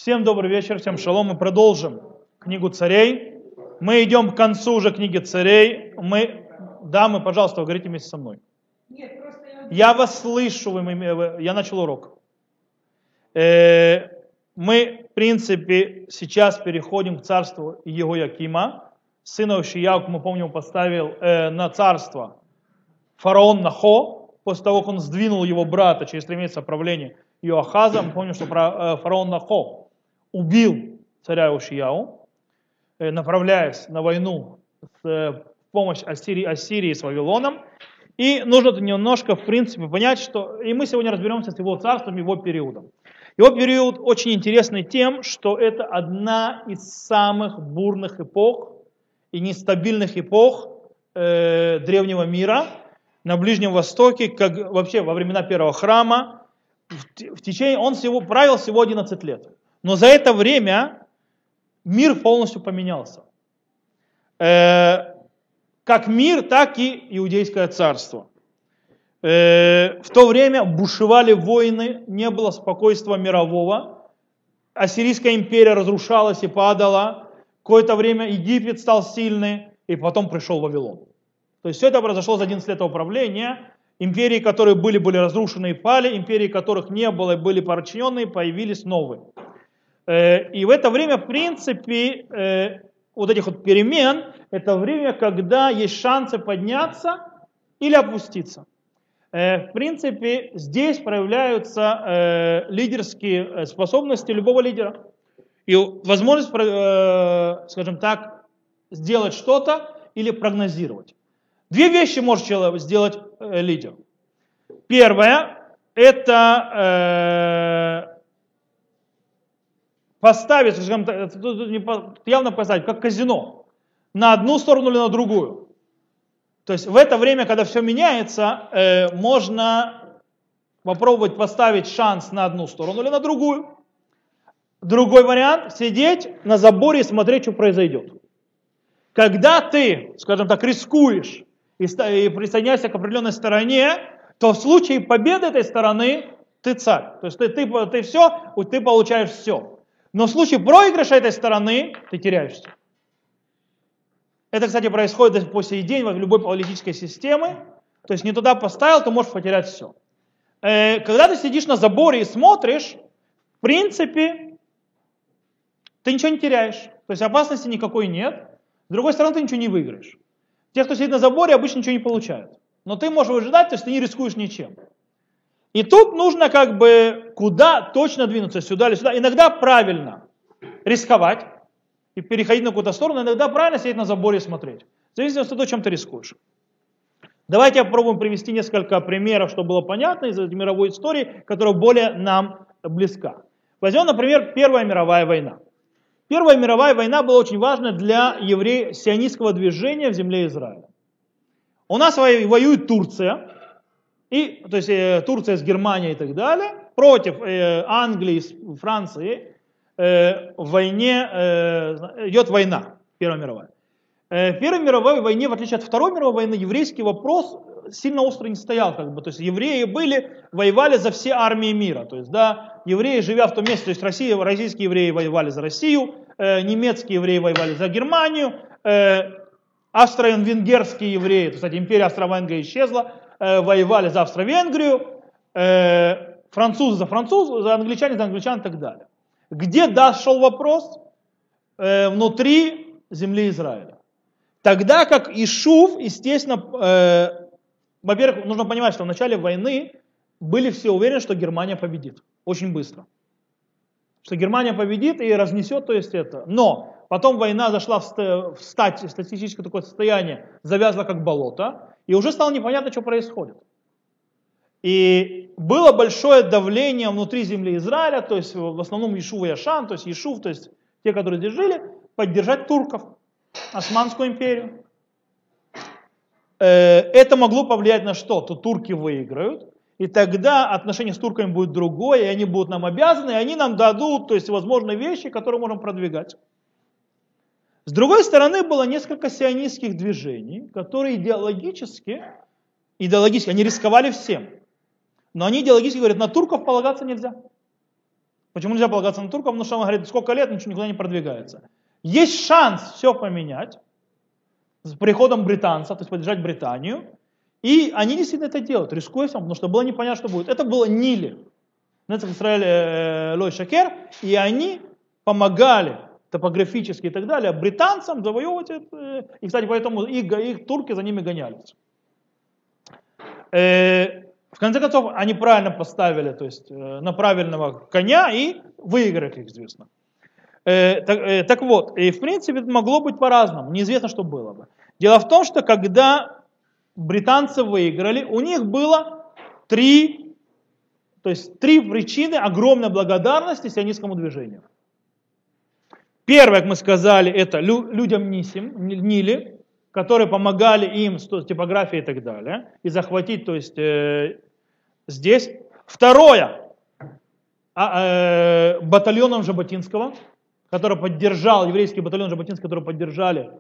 Всем добрый вечер, всем шалом. Мы продолжим книгу царей. Мы идем к концу уже книги царей. Дамы, пожалуйста, говорите вместе со мной. Нет, просто Я вас слышу, я начал урок. Мы, в принципе, сейчас переходим к царству Иеhoiакима. Сына Ушияу, мы помним, поставил на царство фараон Нахо, после того, как он сдвинул его брата через 3 месяца правления Иоахаза. Мы помним, что фараон Нахо убил царя Ушияу, направляясь на войну в помощь Ассирии с Вавилоном. И нужно немножко, в принципе, понять, что... И мы сегодня разберемся с его царством, его периодом. Его период очень интересный тем, что это одна из самых бурных эпох и нестабильных эпох древнего мира на Ближнем Востоке, как вообще во времена первого храма. Он правил всего 11 лет. Но за это время мир полностью поменялся. Как мир, так и Иудейское царство. В то время бушевали войны, не было спокойствия мирового. Ассирийская империя разрушалась и падала. Какое-то время Египет стал сильный, и потом пришел Вавилон. То есть все это произошло за 11 лет управления. Империи, которые были разрушены и пали, империи, которых не было и были подчиненные, появились новые. И в это время, в принципе, вот этих вот перемен, это время, когда есть шансы подняться или опуститься. В принципе, здесь проявляются лидерские способности любого лидера. И возможность, скажем так, сделать что-то или прогнозировать. 2 вещи может человек сделать лидер. Первое, это поставить, скажем так, явно поставить, как казино, на одну сторону или на другую. То есть в это время, когда все меняется, можно попробовать поставить шанс на одну сторону или на другую. Другой вариант – сидеть на заборе и смотреть, что произойдет. Когда ты, скажем так, рискуешь и присоединяешься к определенной стороне, то в случае победы этой стороны ты царь. То есть ты получаешь все. Но в случае проигрыша этой стороны ты теряешь все. Это, кстати, происходит по сей день в любой политической системе. То есть не туда поставил, ты можешь потерять все. Когда ты сидишь на заборе и смотришь, в принципе, ты ничего не теряешь. То есть опасности никакой нет. С другой стороны, ты ничего не выиграешь. Те, кто сидит на заборе, обычно ничего не получают. Но ты можешь выжидать, то есть ты не рискуешь ничем. И тут нужно куда точно двинуться, сюда или сюда. Иногда правильно рисковать и переходить на какую-то сторону, иногда правильно сидеть на заборе и смотреть. В зависимости от того, чем ты рискуешь. Давайте попробуем привести несколько примеров, чтобы было понятно из мировой истории, которая более нам близка. Возьмем, например, Первая мировая война. Первая мировая война была очень важна для сионистского движения в земле Израиля. У нас воюет Турция, то есть Турция с Германией и так далее, против Англии и Франции. В войне идет война, Первая мировая. В Первой мировой войне, в отличие от Второй мировой войны, еврейский вопрос сильно остро не стоял. То есть евреи воевали за все армии мира. То есть, евреи, живя в том месте, то есть российские евреи воевали за Россию, немецкие евреи воевали за Германию, австро-венгерские евреи, кстати, империя Австро-Венгрия исчезла, воевали за Австро-Венгрию, французы за англичан и так далее. Где дошел вопрос? Внутри земли Израиля. Тогда как Ишув, естественно, во-первых, нужно понимать, что в начале войны были все уверены, что Германия победит. Очень быстро. Что Германия победит и разнесет, то есть это. Но потом война зашла в статистическое такое состояние, завязла как болото, и уже стало непонятно, что происходит. И было большое давление внутри земли Израиля, то есть в основном Ешув и Яшан, то есть Ешув, то есть те, которые здесь жили, поддержать турков, Османскую империю. Это могло повлиять на что? То турки выиграют, и тогда отношение с турками будет другое, и они будут нам обязаны, и они нам дадут, то есть возможные вещи, которые можем продвигать. С другой стороны, было несколько сионистских движений, которые идеологически они рисковали всем. Но они идеологически говорят, на турков полагаться нельзя. Почему нельзя полагаться на турков? Потому что он говорит, сколько лет, ничего никуда не продвигается. Есть шанс все поменять с приходом британцев, то есть поддержать Британию. И они действительно это делают, рискуя всем, потому что было непонятно, что будет. Это было Нили, Израиль Лой Шакер, и они помогали топографически и так далее британцам завоевывать это. И, кстати, поэтому их турки за ними гонялись. В конце концов, они правильно поставили, то есть на правильного коня и выиграли, как известно. Так вот, и в принципе это могло быть по-разному, неизвестно, что было бы. Дело в том, что когда британцы выиграли, у них было три причины огромной благодарности сионистскому движению. Первое, как мы сказали, это людям Нили, которые помогали им с типографией и так далее, и захватить, то есть здесь. Второе, батальоном Жаботинского, который поддержал, еврейский батальон Жаботинского, который поддержали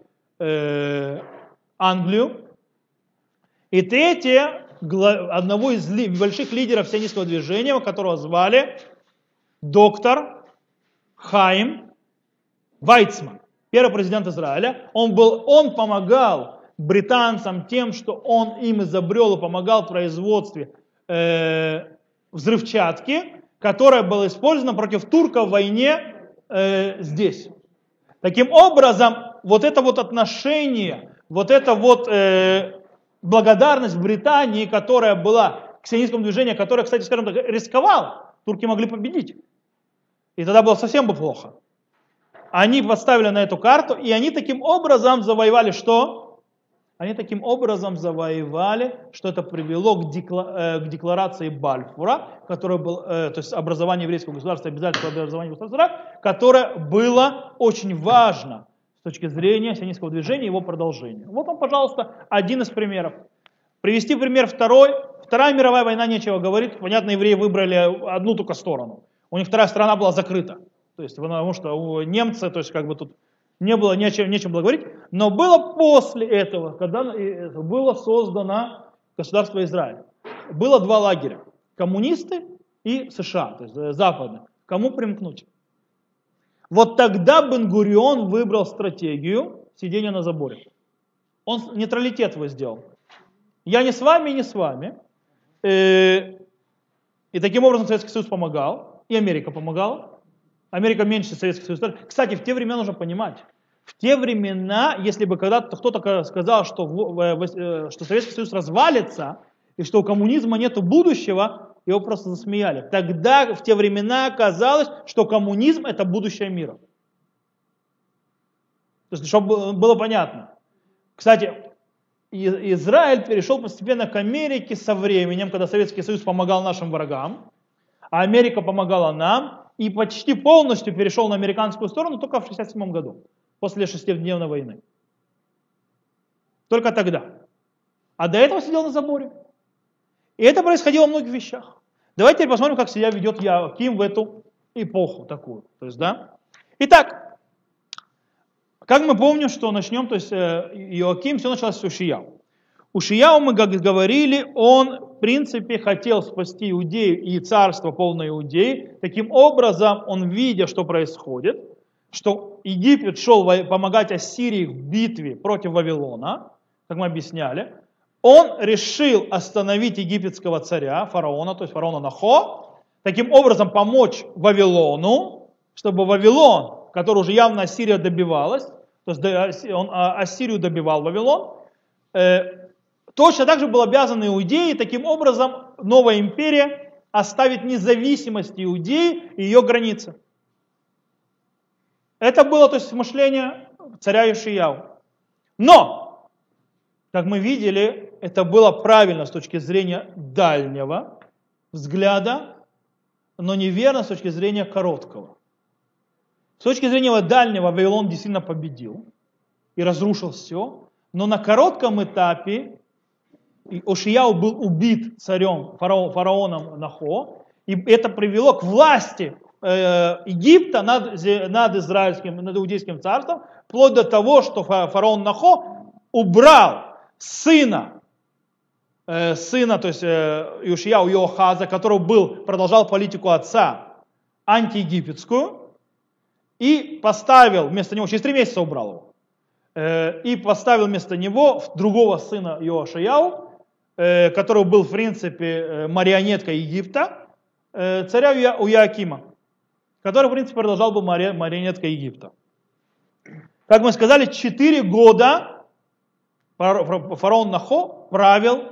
Англию. И третье, одного из больших лидеров сионистского движения, которого звали доктор Хаим Вайцман, первый президент Израиля. Он помогал британцам тем, что он им изобрел и помогал в производстве взрывчатки, которая была использована против турков в войне здесь. Таким образом, вот это вот отношение, вот это вот благодарность Британии, которая была к сионистскому движению, которое, кстати, скажем так, рисковало, турки могли победить. И тогда было совсем бы плохо. Они поставили на эту карту, и они таким образом завоевали что? Они таким образом завоевали, что это привело к декларации Бальфура, которая был, то есть образование еврейского государства, обязательство образования государства, которое было очень важно с точки зрения сионистского движения и его продолжения. Вот вам, пожалуйста, один из примеров. Привести пример второй. Вторая мировая война, нечего говорить. Понятно, евреи выбрали одну только сторону. У них вторая страна была закрыта. То есть, потому что немцы, то есть, как бы тут не было нечем было говорить. Но было после этого, когда было создано государство Израиль. Было два лагеря. Коммунисты и США, то есть западные. Кому примкнуть? Вот тогда Бен-Гурион выбрал стратегию сидения на заборе. Он нейтралитет его сделал. Я не с вами, не с вами. И таким образом Советский Союз помогал, и Америка помогала. Америка меньше Советский Союз. Кстати, в те времена нужно понимать. В те времена, если бы когда-то кто-то сказал, что Советский Союз развалится, и что у коммунизма нет будущего, его просто засмеяли. Тогда, в те времена, казалось, что коммунизм – это будущее мира. То есть, чтобы было понятно. Кстати, Израиль перешел постепенно к Америке со временем, когда Советский Союз помогал нашим врагам, а Америка помогала нам, и почти полностью перешел на американскую сторону только в 1967 году, после шестидневной войны. Только тогда. А до этого сидел на заборе. И это происходило в многих вещах. Давайте теперь посмотрим, как себя ведет Иоаким в эту эпоху такую. То есть, да? Итак, как мы помним, что начнем, то есть Иоаким, все началось с Ушияу. Ушияу, мы как говорили, он в принципе хотел спасти Иудею и царство полной Иудеи. Таким образом, он, видя, что происходит, что Египет шел помогать Ассирии в битве против Вавилона, как мы объясняли, он решил остановить египетского царя, фараона, то есть фараона Нахо, таким образом помочь Вавилону, чтобы Вавилон, который уже явно Ассирия добивалась, то есть он Ассирию добивал Вавилон, точно так же был обязан Иудеи, таким образом новая империя оставит независимость Иудеи и ее границы. Это было, то есть, мышление царя Йошияу. Но, как мы видели, это было правильно с точки зрения дальнего взгляда, но неверно с точки зрения короткого. С точки зрения дальнего Вавилон действительно победил и разрушил все, но на коротком этапе Ошияу был убит царем, фараоном Нахо, и это привело к власти Египта над иудейским царством, вплоть до того, что фараон Нахо убрал сына, то есть Йошияу Йоахаза, который продолжал политику отца антиегипетскую и поставил вместо него, через 3 месяца убрал его, и поставил вместо него другого сына Йошаяу, который был, в принципе, марионеткой Египта, царя Иоакима, который, в принципе, продолжал быть марионеткой Египта. Как мы сказали, 4 года фараон Нахо правил,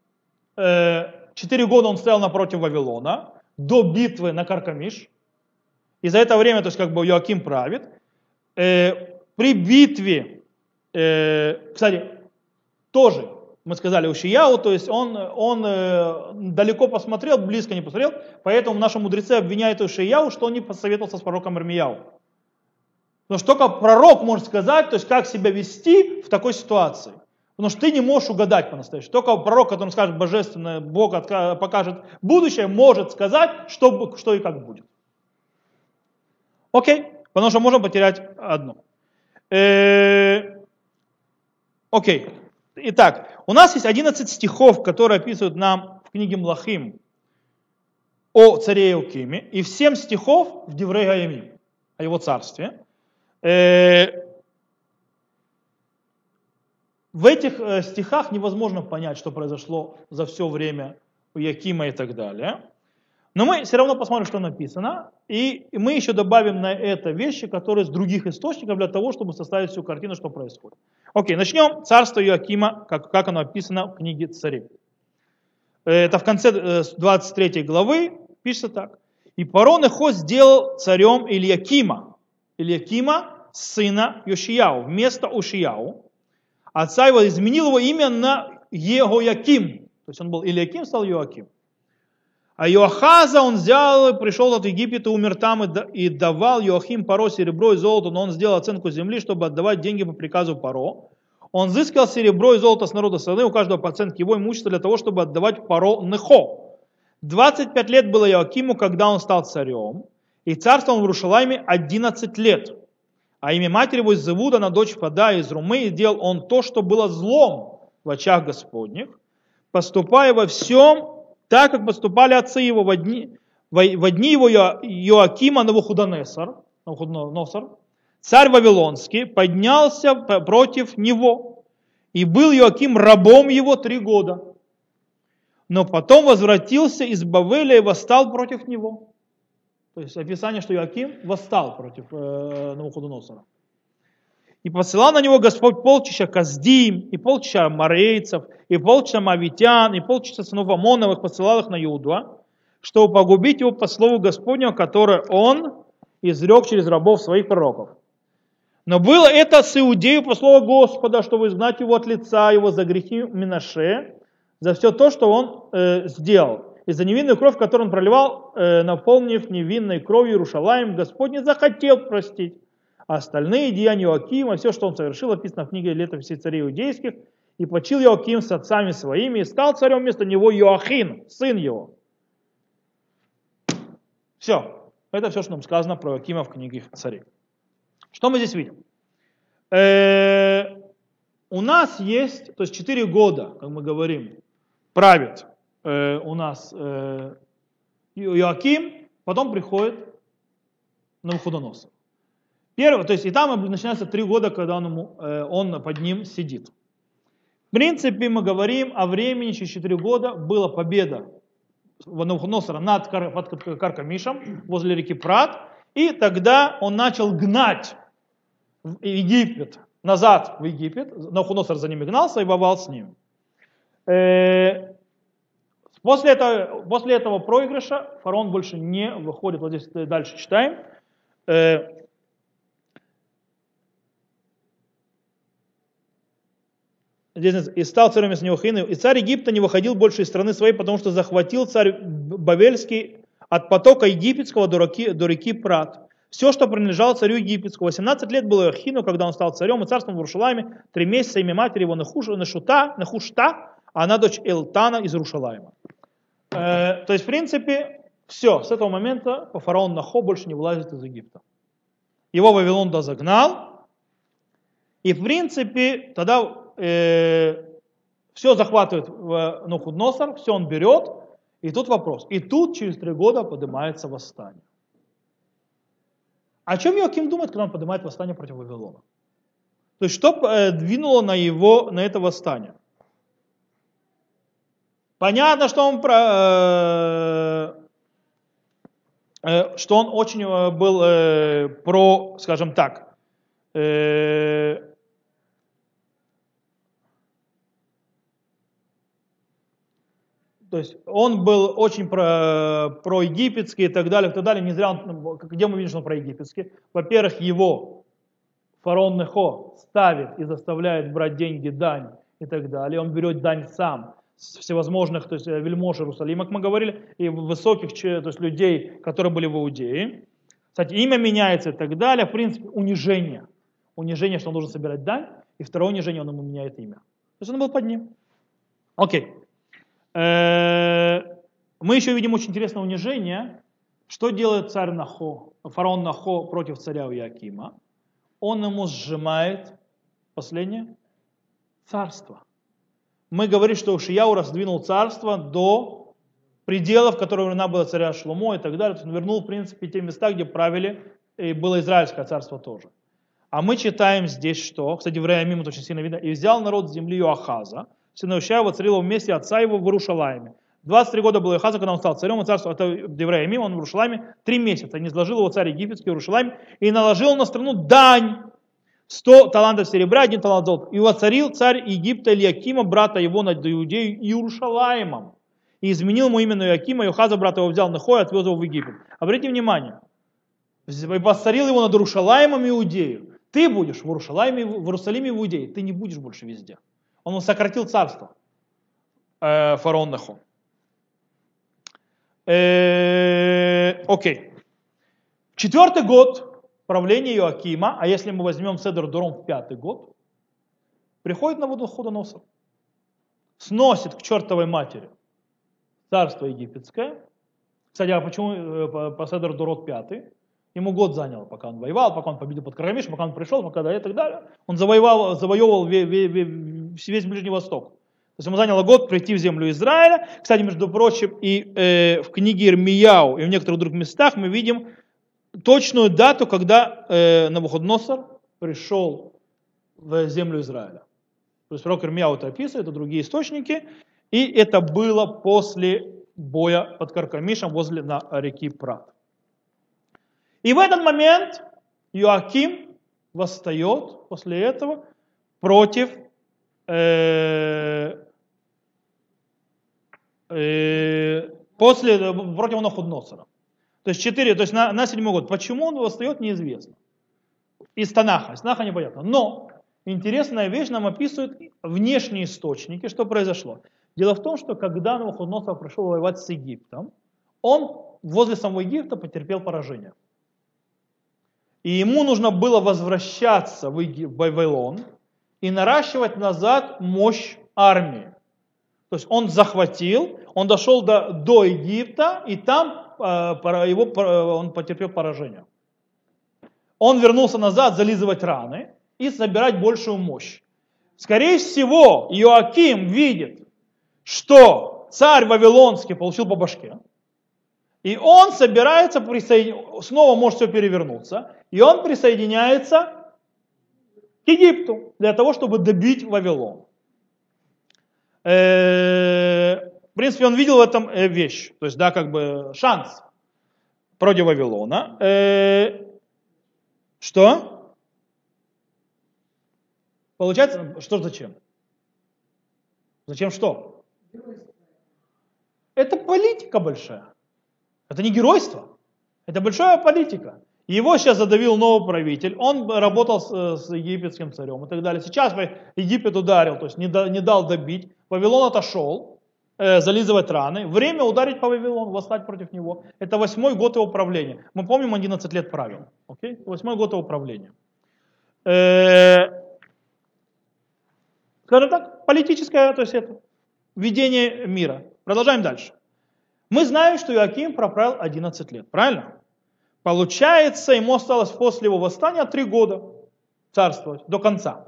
4 года он стоял напротив Вавилона, до битвы на Каркамиш. И за это время, то есть как бы Иоаким правит. При битве, кстати, тоже, мы сказали, Ушияу, то есть он далеко посмотрел, близко не посмотрел, поэтому наши мудрецы обвиняют Ушияу, что он не посоветовался с пророком Ирмияу. Потому что только пророк может сказать, то есть как себя вести в такой ситуации. Потому что ты не можешь угадать по-настоящему. Только пророк, который скажет божественное, Бог покажет будущее, может сказать, что и как будет. Окей, потому что можем потерять одно. Окей. Итак, у нас есть 11 стихов, которые описывают нам в книге Млахим о царе Иоакиме, и в 7 стихов в Деврей Гаямим, о его царстве. В этих стихах невозможно понять, что произошло за все время у Иоакима и так далее. Но мы все равно посмотрим, что написано, и мы еще добавим на это вещи, которые с других источников, для того, чтобы составить всю картину, что происходит. Окей, начнем царство Иоакима, как оно описано в книге Царей. Это в конце 23 главы пишется так. «И Паро Нехо сделал царем Ильякима, сына Йошияу, вместо Ушияу. Отца его изменил его имя на Егояким». То есть он был Ильяким, стал Иоаким. А Иоахаза он взял, пришел от Египта, умер там и давал Иоахим Паро серебро и золото, но он сделал оценку земли, чтобы отдавать деньги по приказу Паро. Он взыскал серебро и золото с народа страны, у каждого по оценке его имущества, для того, чтобы отдавать Паро Нехо. 25 лет было Иоакиму, когда он стал царем, и царствовал он в Иерушалайме 11 лет. А имя матери его из Зевуда, она дочь Фада из Румы, и делал он то, что было злом в очах Господних, поступая во всем, так как поступали отцы его во дни его Иоакима Навуходоносор, царь Вавилонский, поднялся против него, и был Иоаким рабом его 3 года. Но потом возвратился из Бавеля и восстал против него. То есть описание, что Иоаким восстал против Навуходоносора. И посылал на него Господь полчища Каздим, и полчища аморейцев, и полчища мавитян, и полчища сынов Амоновых, посылал их на Иуду, чтобы погубить его по слову Господнего, которое он изрек через рабов своих пророков. Но было это с Иудею по слову Господа, чтобы изгнать его от лица его за грехи Минаше, за все то, что он сделал. И за невинную кровь, которую он проливал, наполнив невинной кровью Иерушалаим, Господь не захотел простить. А остальные деяния Иоакима, все, что он совершил, описано в книге Летописей царей иудейских, и почил Иоаким с отцами своими, и стал царем вместо него Иоахин, сын его. Все. Это все, что нам сказано про Иоакима в книге царей. Что мы здесь видим? У нас есть, то есть 4 года, как мы говорим, правит у нас Иоаким, потом приходит Навуходоносор. Первое, то есть и там начинается 3 года, когда он под ним сидит. В принципе, мы говорим о времени, через 4 года была победа Навуходоносора над Каркамишем возле реки Прат, и тогда он начал гнать в Египет, назад в Египет, Навуходоносор за ними гнался и воевал с ним. После этого проигрыша фараон больше не выходит, вот здесь дальше читаем, и стал царем из Неохины, и царь Египта не выходил больше из страны своей, потому что захватил царь Бавельский от потока египетского до реки Прат. Все, что принадлежало царю египетскому. 18 лет было Иохину, когда он стал царем, и царством в Иерушалайме 3 месяца имя матери его Нехушта, а она дочь Элтана из Иерушалайма. То есть, в принципе, все, с этого момента фараон Нахо больше не вылазит из Египта. Его Вавилон загнал, и, в принципе, тогда все захватывает Навуходоносор, все он берет, и тут вопрос. И тут через 3 года поднимается восстание. О чем Иоаким думает, когда он поднимает восстание против Вавилона? То есть что двинуло на это восстание? Понятно, что он очень был про, скажем так, то есть он был очень проегипетский и так далее, и так далее. Не зря он, где мы видим, что он проегипетский? Во-первых, его фараон Нехо ставит и заставляет брать деньги, дань и так далее. Он берет дань сам с всевозможных, то есть вельмож Иерусалима, как мы говорили, и высоких, то есть людей, которые были в Иудее. Кстати, имя меняется и так далее. В принципе, унижение. Унижение, что он должен собирать дань. И второе унижение, он ему меняет имя. То есть он был под ним. Окей. Мы еще видим очень интересное унижение. Что делает царь Нахо, фараон Нахо против царя Иоакима? Он ему сжимает, последнее, царство. Мы говорим, что Ушияу раздвинул царство до пределов, которые времена было царя Шломо и так далее. То есть он вернул, в принципе, те места, где правили, и было Израильское царство тоже. А мы читаем здесь, что, кстати, в Реамим это очень сильно видно, и взял народ с земли Иоахаза, сына Ушияу, воцарил его вместе отца его в Иерушалайме. 23 года был Иоахаза, когда он стал царем, и царство, это Реамим, он в Иерушалайме 3 месяца. Не изложил его царь египетский в Иерушалайме и наложил на страну дань. 100 талантов серебра, 1 талант золота. И воцарил царь Египта Ильякима, брата его, над Иудею Иерушалаимом. И изменил ему имя Иоакима, Иохаза, брата его, взял Нехо и отвез его в Египет. Обратите внимание. И воцарил его над Иерушалаимом и Иудею. Ты будешь в Иерусалиме и в Иудее. Ты не будешь больше везде. Он сократил царство. Фараон Нехо. Окей. 4-й год правления Иоакима, а если мы возьмем Седер Дором в 5-й год, приходит Навуходоносор, сносит к чертовой матери царство египетское. Кстати, а почему по Седер Дорот 5-й? Ему год заняло, пока он воевал, пока он победил под Карамишем, пока он пришел, пока и так далее. Он завоевывал весь Ближний Восток. То есть ему заняло год прийти в землю Израиля. Кстати, между прочим, и в книге Ирмияу, и в некоторых других местах мы видим точную дату, когда Навуходоносор пришел в землю Израиля. То есть пророк Ирмияу это описывает, это другие источники. И это было после боя под Каркамишем возле реки Прат. И в этот момент Иоаким восстает после этого против Навуходоносора. То есть 4, то есть на 7-й год. Почему он восстает, неизвестно. Из Танаха. Из Танаха непонятно. Но интересная вещь нам описывают внешние источники, что произошло. Дело в том, что когда Навуходоносор пришел воевать с Египтом, он возле самого Египта потерпел поражение. И ему нужно было возвращаться в Вавилон и наращивать назад мощь армии. То есть он захватил, он дошел до Египта, и там он потерпел поражение. Он вернулся назад зализывать раны и собирать большую мощь. Скорее всего, Иоаким видит, что царь Вавилонский получил по башке, и он собирается снова может все перевернуться, и он присоединяется к Египту для того, чтобы добить Вавилон. В принципе, он видел в этом вещь, то есть, да, как бы шанс против Вавилона. Что? Получается, что зачем? Зачем что? Это политика большая. Это не геройство. Это большая политика. Его сейчас задавил новый правитель. Он работал с египетским царем и так далее. Сейчас Египет ударил, то есть не дал добить. Вавилон отошел, зализывать раны. Время ударить по Вавилону, восстать против него. Это 8-й год его правления. Мы помним, 11 лет правил. 8-й год его правления. Скажем так, политическое, то есть это ведение мира. Продолжаем дальше. Мы знаем, что Иоаким проправил 11 лет, правильно? Получается, ему осталось после его восстания 3 года царствовать, до конца.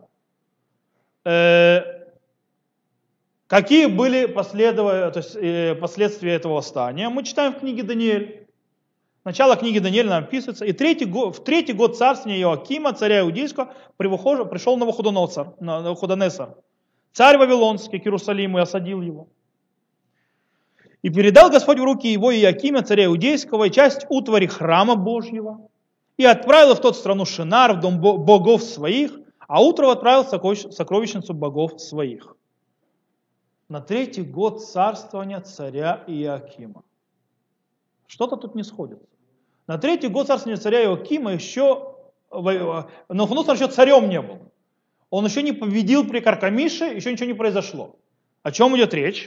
Какие были последствия этого восстания? Мы читаем в книге Даниэль. Начало книги Даниэля нам описывается. И в третий год царствования Иоакима, царя Иудейского, пришел Навуходоносор, царь Вавилонский, к Иерусалиму, и осадил его. И передал Господь в руки его Иоакима, царя Иудейского, и часть утвари храма Божьего, и отправил в тот страну Шинар, в дом богов своих, а утром отправил в сокровищницу богов своих. На третий год царствования царя Иоакима. Что-то тут не сходится. На третий год царствования царя Иоакима еще Навуходоносор еще царем не был. Он еще не победил при Каркамише, еще ничего не произошло. О чем идет речь?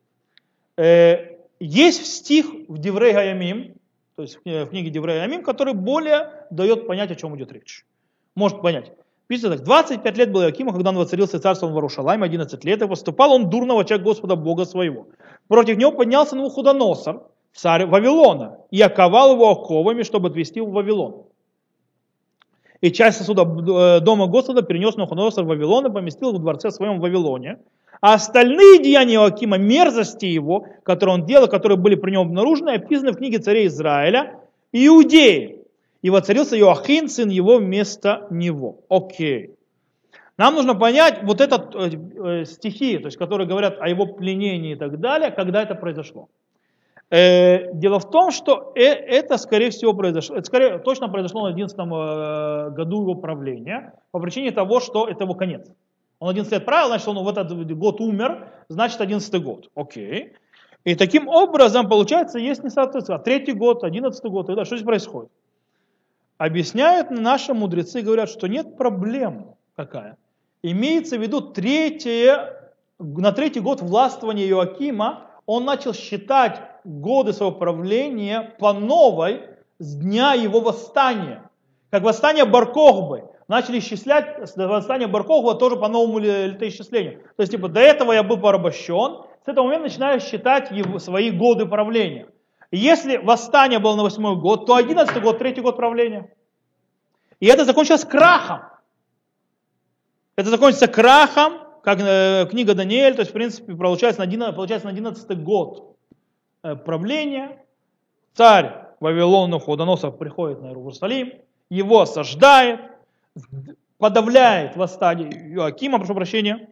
Есть стих в Деврей Гаямим, то есть в книге Деврей Гаямим, который более дает понять, о чем идет речь. Может понять. Пишется так: 25 лет был Иоакима, когда он воцарился царством в Иерушалайме, 11 лет, и поступал он дурно в очах Господа Бога своего. Против него поднялся Навуходоносор, царь Вавилона, и оковал его оковами, чтобы отвести его в Вавилон. И часть сосуда дома Господа перенес Навуходоносор в Вавилон и поместил в дворце своем в Вавилоне. А остальные деяния Иоакима, мерзости его, которые он делал, которые были при нем обнаружены, описаны в книге царей Израиля и Иудеи. И воцарился Иоахин, сын его, вместо него. Окей. Нам нужно понять вот это стихи, то есть, которые говорят о его пленении и так далее, когда это произошло. Дело в том, что это, скорее всего, произошло, это точно произошло на 11 году его правления, по причине того, что это его конец. Он 11 лет правил, значит, он в этот год умер, значит, 11 год. Окей. И таким образом, получается, есть несоответствие. 3-й год, 11-й год, что здесь происходит? Объясняют наши мудрецы, говорят, что нет проблем. Какая? Имеется в виду на 3-й год властвования Иоакима, он начал считать годы своего правления по новой с дня его восстания. Как восстание Бар-Кохбы. Начали исчислять восстание Бар-Кохбы тоже по новому летоисчислению. То есть, до этого я был порабощен, с этого момента начинаю считать свои годы правления. Если восстание было на 8-й год, то 11-й год, 3-й год правления. И это закончилось крахом. Это закончится крахом, как книга Даниэль, то есть, в принципе, получается на 11-й год правления. Царь Вавилон Навуходоносор приходит на Иерусалим, его осаждает, подавляет восстание Иоакима, прошу прощения.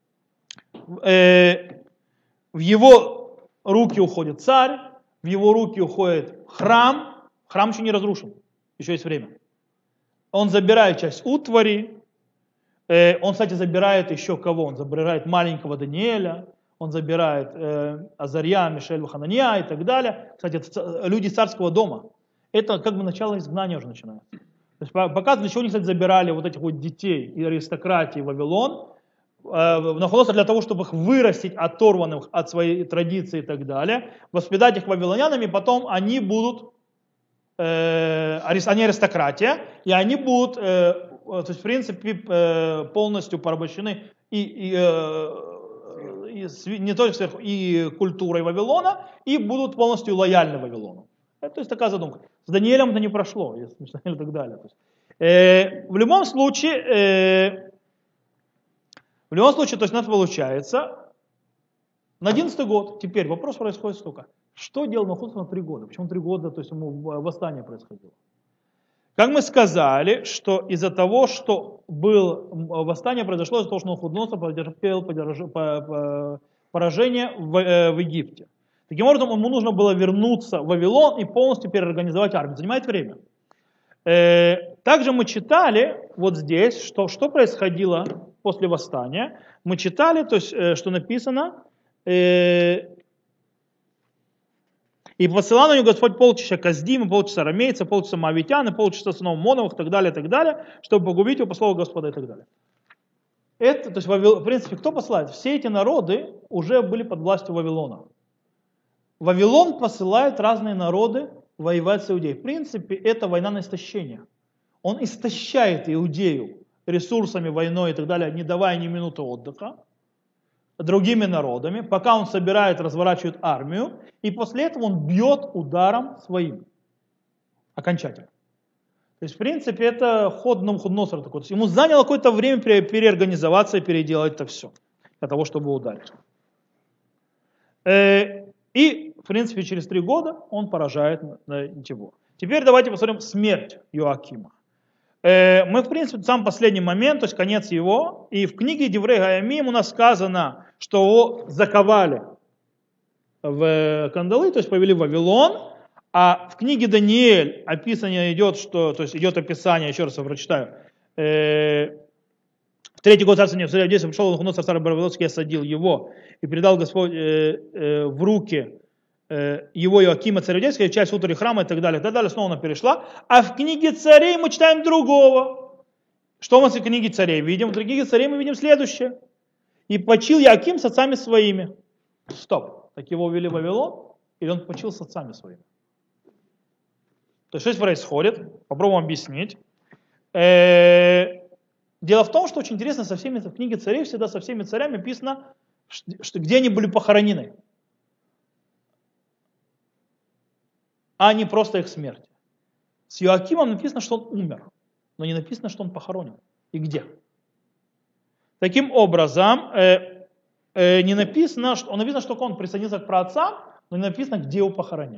В его руки уходит царь, в его руки уходит храм. Храм еще не разрушен, еще есть время. Он забирает часть утвари. Он, кстати, забирает еще кого? Он забирает маленького Даниэля, он забирает Азарья, Мишель, Хананья и так далее. Кстати, это люди царского дома. Это как бы начало изгнания уже начинается. То есть показывает, для чего они, кстати, забирали вот этих вот детей и аристократии в Вавилон. Навуходоносор для того, чтобы их вырастить оторванных от своей традиции и так далее, воспитать их вавилонянами, потом они будут, они аристократия, и они будут, то есть в принципе, полностью порабощены не только сверху, и культурой Вавилона, и будут полностью лояльны Вавилону. То есть такая задумка. С Даниэлем это не прошло, и так далее. В любом случае, то есть у нас получается на 11-й год. Теперь вопрос происходит столько. Что делал Навуходоносор на 3 года? Почему 3 года, то есть ему восстание происходило? Как мы сказали, что из-за того, что восстание произошло из-за того, что Навуходоносор потерпел поражение в Египте. Таким образом, ему нужно было вернуться в Вавилон и полностью переорганизовать армию. Занимает время. Также мы читали вот здесь, что происходило после восстания. Мы читали, то есть, что написано, и посылал на него Господь полчища Каздима, полчища арамейцев, полчища моавитян, и полчища сынов Моновых, и так далее, чтобы погубить его по слову Господа и так далее. Это, то есть, в принципе, кто посылает? Все эти народы уже были под властью Вавилона. Вавилон посылает разные народы воевать с Иудеей. В принципе, это война на истощение. Он истощает Иудею ресурсами, войной и так далее, не давая ни минуты отдыха другими народами, пока он собирает, разворачивает армию, и после этого он бьет ударом своим. Окончательно. То есть, в принципе, это ход Навуходоносора такой. То есть, ему заняло какое-то время переорганизоваться и переделать это все, для того, чтобы ударить. И, в принципе, через 3 года он поражает его. Теперь давайте посмотрим смерть Иоакима. Мы, в принципе, сам последний момент, то есть конец его. И в книге Деврей Гаямим у нас сказано, что его заковали в кандалы, то есть повели в Вавилон. А в книге Даниэль описание идет, что, то есть идет описание, еще раз я прочитаю. В третий год царствования царя Иудейского пришел Навуходоносор, царь Вавилонский, осадил его и передал Господь в руки его Иоакима, царя Иудейского, часть утвари храма и так далее. И так далее. Снова она перешла. А в книге царей мы читаем другого. Что мы в книге царей видим? В книге царей мы видим следующее. И почил Иоаким с отцами своими. Стоп. Так его увели в Вавилон, или он почил с отцами своими? То есть что здесь происходит? Попробуем объяснить. Дело в том, что очень интересно, со всеми в книге царей всегда со всеми царями написано, что, где они были похоронены, а не просто их смерть. С Иоакимом написано, что он умер, но не написано, что он похоронен. И где? Таким образом, не написано, что, написано, что он присоединился к праотцам, но не написано, где его похоронили.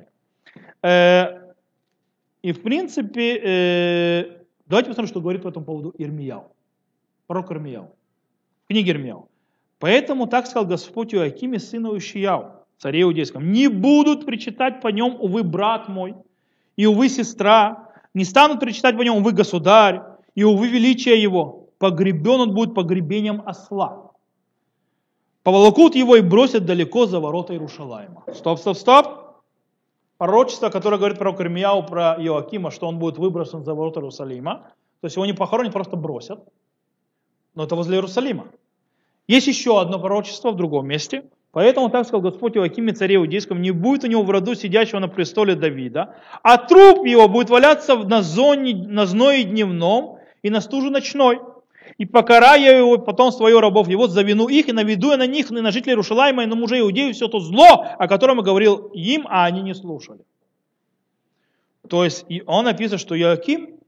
И в принципе, давайте посмотрим, что говорит по этому поводу Ирмияу. Пророк Ирмияу. В книге Ирмияу. Поэтому так сказал Господь Иоакиме, сыну Ишияу, царе Иудейском: не будут причитать по нем, увы, брат мой, и увы, сестра, не станут причитать по нем, увы, государь, и увы, величие его. Погребен он будет погребением осла. Поволокут его и бросят далеко за ворота Иерушалаима. Стоп. Пророчество, которое говорит пророк Ирмияу про Иоакима, что он будет выброшен за ворота Иерусалима. То есть его не похоронят, просто бросят. Но это возле Иерусалима. Есть еще одно пророчество в другом месте. Поэтому так сказал Господь Иоакиме, царе Иудейском: не будет у него в роду сидящего на престоле Давида, а труп его будет валяться на зное дневном и на стуже ночной. И покараю его потомство свое рабов его за вину их, и наведу я на них, и на жителей Иерушалаима, и на мужей Иудеи все то зло, о котором я говорил им, а они не слушали. То есть он написано, что Иоаким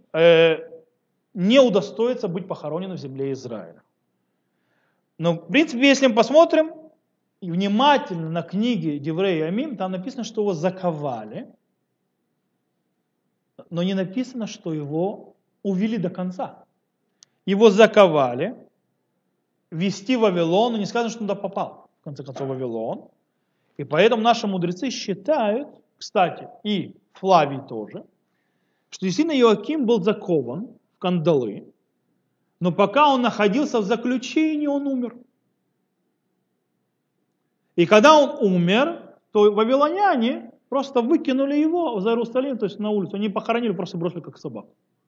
не удостоится быть похороненным в земле Израиля. Но в принципе, если мы посмотрим внимательно на книги Деврей Гаямим, там написано, что его заковали, но не написано, что его увели до конца. Его заковали, везти в Вавилон, но не сказано, что он туда попал, в конце концов, в Вавилон. И поэтому наши мудрецы считают, кстати, и Флавий тоже, что действительно Иоаким был закован в кандалы, но пока он находился в заключении, он умер. И когда он умер, то вавилоняне просто выкинули его за Иерусалим, то есть на улицу. Они похоронили, просто бросили как собаку.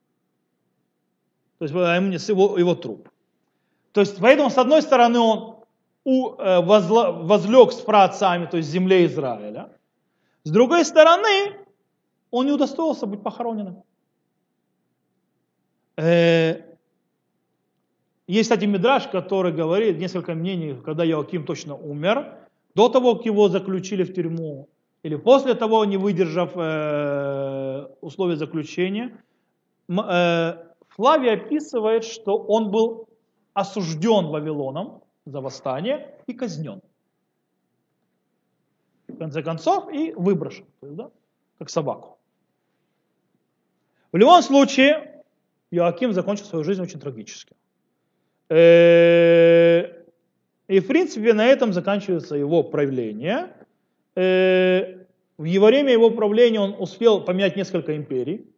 То есть его труп. То есть поэтому, с одной стороны, он возлег с праотцами, то есть в земле Израиля. С другой стороны, он не удостоился быть похороненным. Есть, кстати, мидраш, который говорит, несколько мнений, когда Иоаким точно умер, до того, как его заключили в тюрьму, или после того, не выдержав условия заключения. Флавий описывает, что он был осужден Вавилоном за восстание и казнен. В конце концов, и выброшен, то есть, да, как собаку. В любом случае, Иоаким закончил свою жизнь очень трагически. И в принципе на этом заканчивается его правление. В его время его правления он успел поменять несколько империй.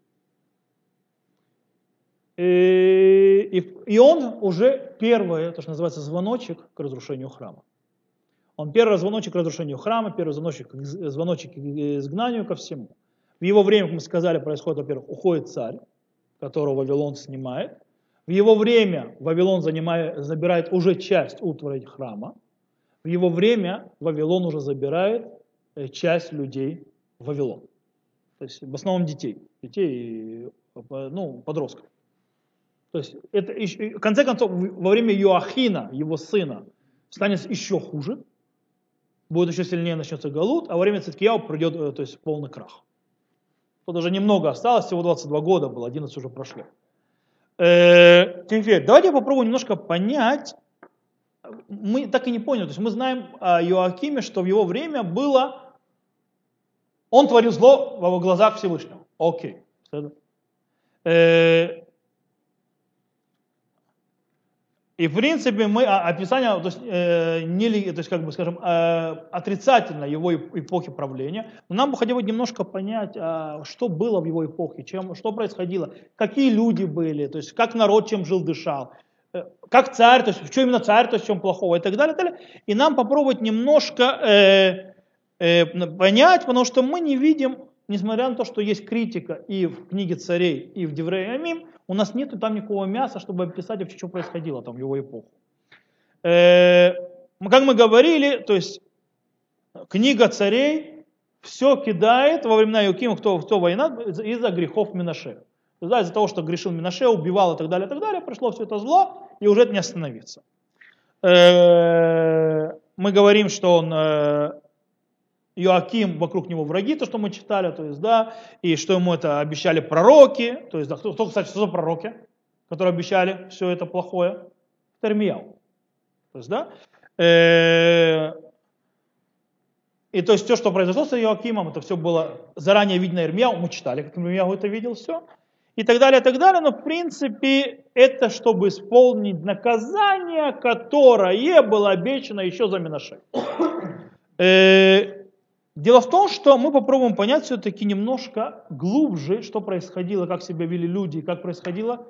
И он уже первый, то, что называется, звоночек к разрушению храма. Он первый звоночек к разрушению храма, первый звоночек к изгнанию ко всему. В его время, как мы сказали, происходит, во-первых, уходит царь, которого Вавилон снимает. В его время Вавилон забирает уже часть утвари храма. В его время Вавилон уже забирает часть людей в Вавилон. То есть в основном детей и подростков. То есть это, в конце концов, во время Иоахина, его сына, станет еще хуже. Будет еще сильнее, начнется галут, а во время Циткияу придет, то есть, полный крах. Тут уже немного осталось, всего 22 года было, 11 уже прошло. Теперь, давайте попробуем немножко понять. Мы так и не поняли, то есть мы знаем о Иоакиме, что в его время было, он творил зло во глазах Всевышнего. Окей. И в принципе мы описание, то есть, то есть как бы скажем, отрицательно его эпохи правления. Но нам бы хотелось немножко понять, что было в его эпохе, что происходило, какие люди были, то есть как народ чем жил, дышал, как царь, то есть что именно царь, то есть в чем плохого и так далее, и так далее. И нам попробовать немножко понять, потому что мы не видим, несмотря на то, что есть критика и в книге царей, и в Деврей Амим, у нас нет там никакого мяса, чтобы описать вообще, что происходило там в его эпоху. Как мы говорили, то есть книга царей все кидает во времена Иоакима, кто война, из-за грехов Менаше. Да, из-за того, что грешил Менаше, убивал и так далее, пришло все это зло, и уже это не остановится. Мы говорим, что он... Иоаким, вокруг него враги, то, что мы читали, то есть, да, и что ему это обещали пророки, то есть, да, кто, кстати, что за пророки, которые обещали все это плохое? Это Ирмияу. То есть, да, и то есть, все, что произошло с Иоакимом, это все было заранее видно Ирмияу, мы читали, как Ирмияу это видел, все, и так далее, но, в принципе, это чтобы исполнить наказание, которое было обещано еще за Менаше. Дело в том, что мы попробуем понять все-таки немножко глубже, что происходило, как себя вели люди, как происходило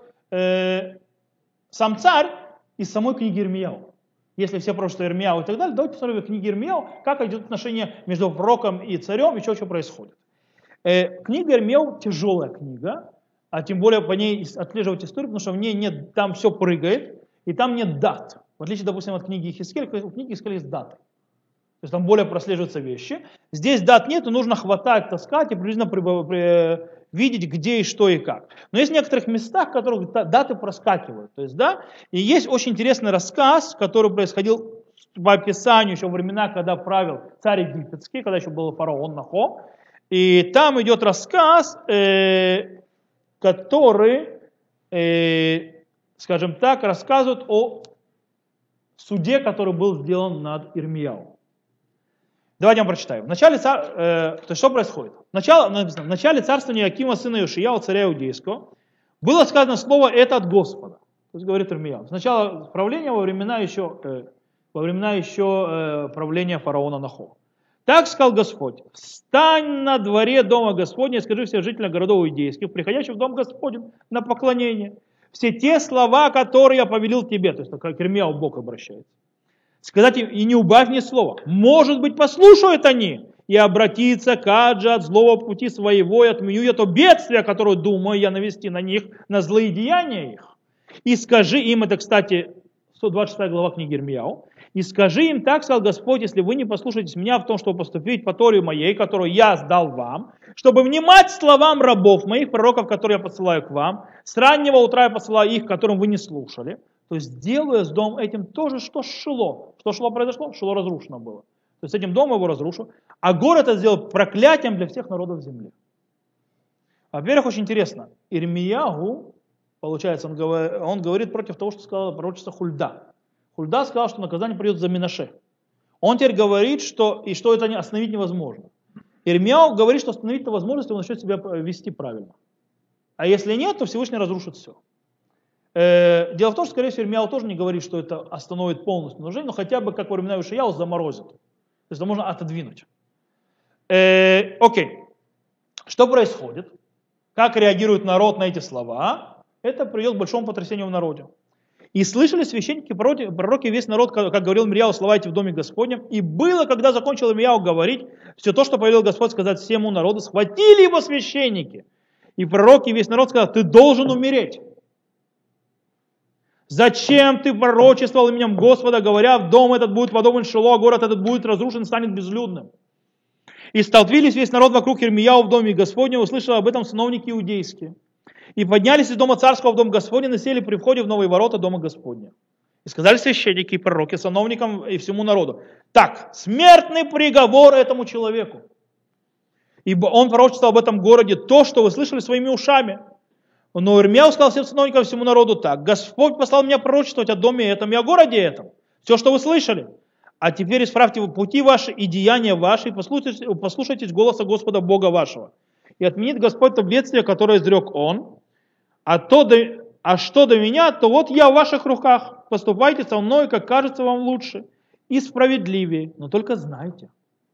сам царь из самой книги Ирмияу. Если все пророчества Ирмияу и так далее, давайте посмотрим в книге Ирмияу, как идет отношение между пророком и царем, и что происходит. Книга Ирмияу тяжелая книга, а тем более по ней отслеживать историю, потому что в ней нет, там все прыгает, и там нет дат. В отличие, допустим, от книги Ихискеля, у книги Ихискеля есть даты. То есть там более прослеживаются вещи. Здесь дат нет, и нужно хватать, таскать и приблизительно видеть, где и что и как. Но есть в некоторых местах, в которых даты проскакивают. То есть, да, и есть очень интересный рассказ, который происходил по описанию еще во времена, когда правил царь египетский, когда еще был фараон Нахо. И там идет рассказ, который, скажем так, рассказывает о суде, который был сделан над Ирмияу. Давайте я вам прочитаю. В начале, то есть что происходит? В начале царствования Иоакима, сына Иошияу, царя Иудейского, было сказано слово «это от Господа». То есть говорит Ирмияу. Сначала правление во времена еще правления фараона Нахо. Так сказал Господь: «Встань на дворе дома Господня и скажи всем жителям городов иудейских, приходящих в дом Господень, на поклонение, все те слова, которые я повелел тебе». То есть к Ирмияу Бог обращается. Сказать им: «И не убавь ни слова. Может быть, послушают они, и обратиться каджа от злого пути своего, и отменю я то бедствие, которое думаю я навести на них, на злые деяния их. И скажи им», это, кстати, 126 глава книги Ирмияу, «и скажи им, так сказал Господь, если вы не послушаетесь меня в том, чтобы поступить по Торе моей, которую я сдал вам, чтобы внимать словам рабов моих, пророков, которые я посылаю к вам, с раннего утра я посылаю их, которым вы не слушали». То есть делаю с домом этим тоже, что Шило. Что Шило произошло? Шило разрушено было. То есть этим домом его разрушу. А город это сделал проклятием для всех народов земли. Во-первых, очень интересно. Ирмияу, получается, он говорит против того, что сказала пророчица Хульда. Хульда сказала, что наказание придет за Менаше. Он теперь говорит, что это остановить невозможно. Ирмияу говорит, что остановить это возможно, если он начнет себя вести правильно. А если нет, то Всевышний разрушит все. Дело в том, что, скорее всего, Ирмияу тоже не говорит, что это остановит полностью нарушение, но хотя бы, как во времена Иошияу, заморозит. То есть это можно отодвинуть. Окей. Что происходит? Как реагирует народ на эти слова? Это приведет к большому потрясению в народе. «И слышали священники, пророки, весь народ, как говорил Ирмияу, слова эти в доме Господнем. И было, когда закончил Ирмияу говорить, все то, что повелел Господь сказать всему народу, схватили его священники. И пророки, весь народ сказал: ты должен умереть. Зачем ты пророчествовал именем Господа, говоря, в дом этот будет подобен Шило, а город этот будет разрушен, станет безлюдным? И столпились весь народ вокруг Ирмияу в доме Господня, услышали об этом сановники иудейские. И поднялись из дома царского в дом Господня, и сели при входе в новые ворота дома Господня. И сказали священники и пророки сановникам и всему народу: так, смертный приговор этому человеку. Ибо он пророчествовал об этом городе то, что вы слышали своими ушами. Но Ирмияу сказал всем сановникам, всему народу так: Господь послал меня пророчествовать о доме этом и о городе этом. Все, что вы слышали. А теперь исправьте пути ваши и деяния ваши, и послушайтесь голоса Господа Бога вашего. и отменит Господь то бедствие, которое изрек Он. А что до меня, то вот я в ваших руках. Поступайте со мной, как кажется вам лучше и справедливее. Но только знайте,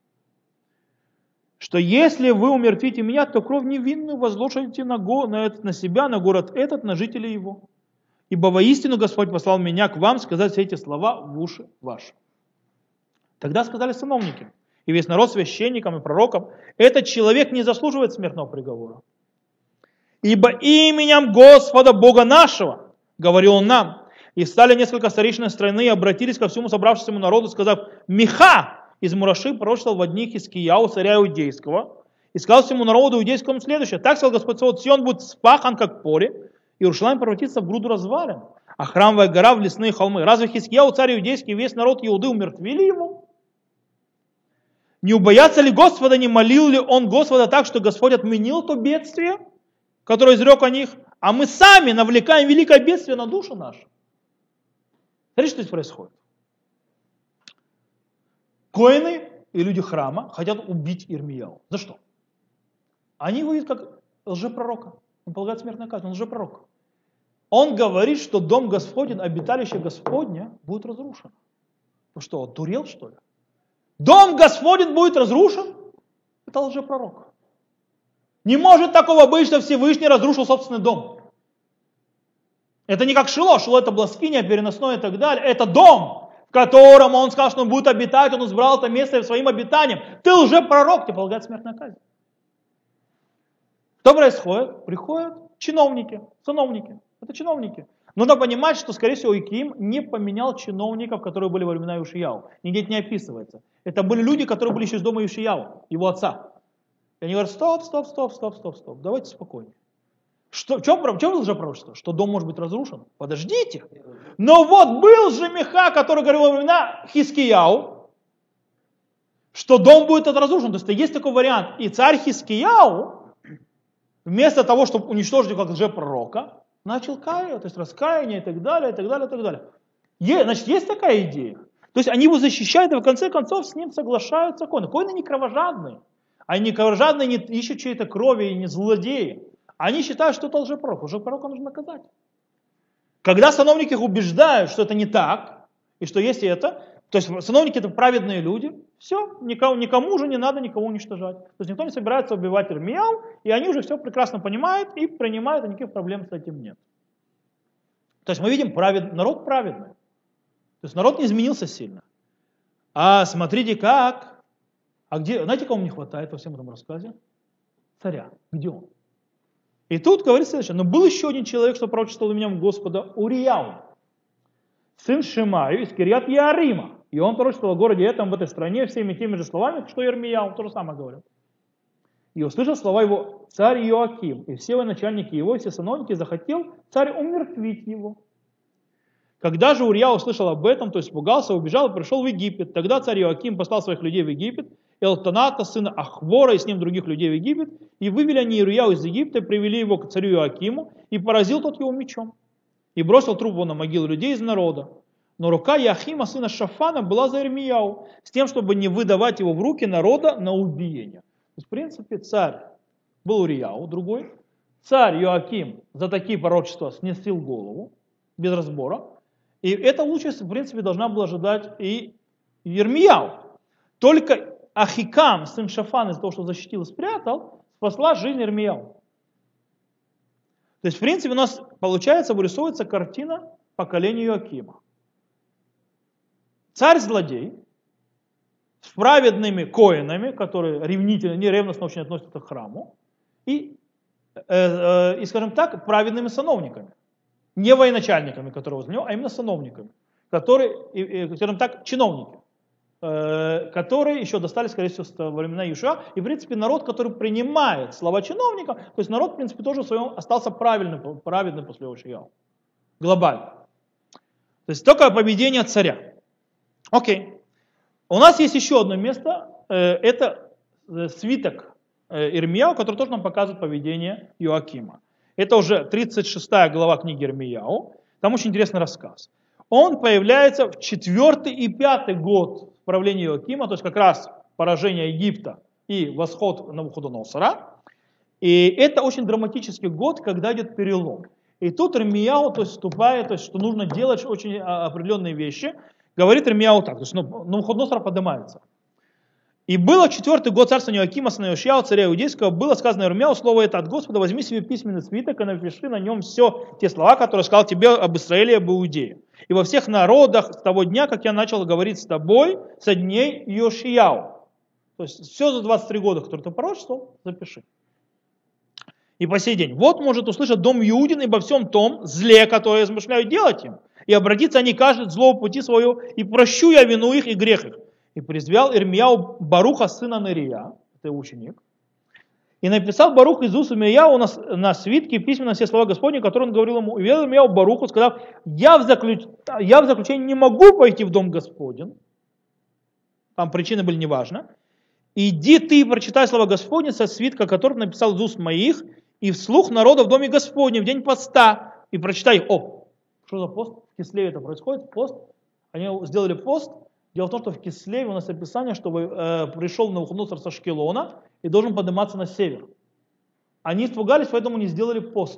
что если вы умертвите меня, то кровь невинную возложите на себя, на город этот, на жителей его. Ибо воистину Господь послал меня к вам сказать все эти слова в уши ваши. Тогда сказали сановники и весь народ священникам и пророкам: этот человек не заслуживает смертного приговора. Ибо именем Господа Бога нашего, говорил он нам, и встали несколько старейшин страны и обратились ко всему собравшемуся народу, сказав: Миха из Мураши пророчествовал в одних Хискияу, царя Иудейского, и сказал всему народу иудейскому следующее: так сказал Господь Саваоф, Сион будет спахан, как поле, и Иерусалим превратится в груду развалин, а храмовая гора в лесные холмы. Разве Хискияу, царь Иудейский, и весь народ Иуды умертвили его? Не убоятся ли Господа, не молил ли он Господа так, что Господь отменил то бедствие, которое изрек о них, а мы сами навлекаем великое бедствие на душу нашу? Смотрите, что здесь происходит. Коэны и люди храма хотят убить Ирмияу. За что? Они его видят как лжепророка. Он полагает смертную казнь, он лжепророк. Он говорит, что дом Господень, обиталище Господня будет разрушено. Ну что, он дурел, что ли? Дом Господень будет разрушен? Это лжепророк. Не может такого быть, что Всевышний разрушил собственный дом. Это не как Шило. Шило это было скиния, переносное и так далее. Это дом, в котором он сказал, что он будет обитать, он избрал это место своим обитанием. Ты лжепророк, тебе полагает смертная казнь. Что происходит? Приходят чиновники, сановники. Это чиновники. Нужно понимать, что, скорее всего, Иоаким не поменял чиновников, которые были во времена Иошияу. Нигде это не описывается. Это были люди, которые были еще из дома Иошияу, его отца. И они говорят: стоп. Давайте спокойнее. В чем лжепророчество? Что дом может быть разрушен? Подождите. Но вот был же Миха, который говорил во времена Хискияу, что дом будет разрушен. То есть есть такой вариант. И царь Хискияу, вместо того, чтобы уничтожить его как лжепророка, начал каять, то есть раскаяние и так далее, и так далее, и так далее. Значит, есть такая идея. То есть они его защищают, и в конце концов с ним соглашаются коины. Коины не кровожадные. Они не кровожадные, не ищут чьей-то крови и не злодеи. Они считают, что это лжепророк. Лжепророка нужно наказать. Когда сановники их убеждают, что это не так, и что есть это, то есть сановники это праведные люди, все, никому уже не надо никого уничтожать. То есть никто не собирается убивать Ирмияу, и они уже все прекрасно понимают и принимают, и никаких проблем с этим нет. То есть мы видим, народ праведный. То есть народ не изменился сильно. А смотрите как. Знаете, кому не хватает во всем этом рассказе? Царя. Где он? И тут говорится следующее: но был еще один человек, что пророчествовал именем Господа, Урияу, сын Шимаю из Кирьят Яарима. И он пророчествовал о городе этом, в этой стране, всеми теми же словами, что Ирмияу, то же самое говорил. И услышал слова его царь Иоаким, и все военачальники его, и все сановники, захотел царь умертвить его. Когда же Урия услышал об этом, то испугался, убежал и пришел в Египет. Тогда царь Иоаким послал своих людей в Египет, Элтаната, сына Ахвора, и с ним других людей в Египет, и вывели они Урияу из Египта, и привели его к царю Иоакиму, и поразил тот его мечом, и бросил труп его на могилу людей из народа. Но рука Иохима, сына Шафана, была за Ирмияу, с тем, чтобы не выдавать его в руки народа на убиение. То есть, в принципе, царь был Урияу, другой. Царь Иоаким за такие пророчества снесил голову, без разбора. И эта участь, в принципе, должна была ожидать и Ирмияу. Только Ахикам, сын Шафана, из-за того, что защитил и спрятал, спасла жизнь Ирмияу. То есть, в принципе, у нас, получается, вырисовывается картина поколения Иоакима. Царь-злодей с праведными коинами, которые ревнительно, ревностно очень относятся к храму, и, скажем так, праведными сановниками. Не военачальниками, которые возле него, а именно сановниками, которые, скажем так, чиновники, которые еще достались, скорее всего, во времена Иешуа. И, в принципе, народ, который принимает слова чиновников, то есть народ, в принципе, тоже в своем остался праведным после Иешуа. Глобально. То есть только поведение царя. Окей. У нас есть еще одно место, это свиток Ирмияу, который тоже нам показывает поведение Иоакима. Это уже 36 глава книги Ирмияу. Там очень интересный рассказ. Он появляется в 4 и 5 год правления Иоакима, то есть как раз поражение Египта и восход Навуходоносора. И это очень драматический год, когда идет перелом. И тут Ирмияу, то есть вступает, то есть, что нужно делать очень определенные вещи. Говорит Ирмияу так, то есть Навуходоносор поднимается. И было 4-й год царствования Иоакима, сына Иошияу, царя Иудейского, было сказано Ирмияу, слово это от Господа, возьми себе письменный свиток и напиши на нем все те слова, которые сказал тебе об Израиле и об Иудее. И во всех народах с того дня, как я начал говорить с тобой, со дней Иошияу. То есть все за 23 года, которые ты пророчествовал, запиши. И по сей день. Вот может услышать дом Иудин и обо всем том зле, которое я замышляю делать им. И обратиться они каждый злого пути своего, и прощу я вину их и грех их. И призвал Ирмияу Баруха, сына Нерия, это ученик, и написал Барух из уст Ирмияу на свитке письменно все слова Господни, которые он говорил ему. И велел Ирмияу Баруху, сказав, я в заключении не могу пойти в дом Господень. Там причины были неважны. Иди ты и прочитай слова Господни со свитка, который написал из уст моих, и вслух народа в доме Господнем в день поста. И прочитай их. О, что за пост? В Кислеве это происходит, пост. Они сделали пост. Дело в том, что в Кислеве у нас описание, что пришел Навуходоносор со Шкелона и должен подниматься на север. Они испугались, поэтому не сделали пост.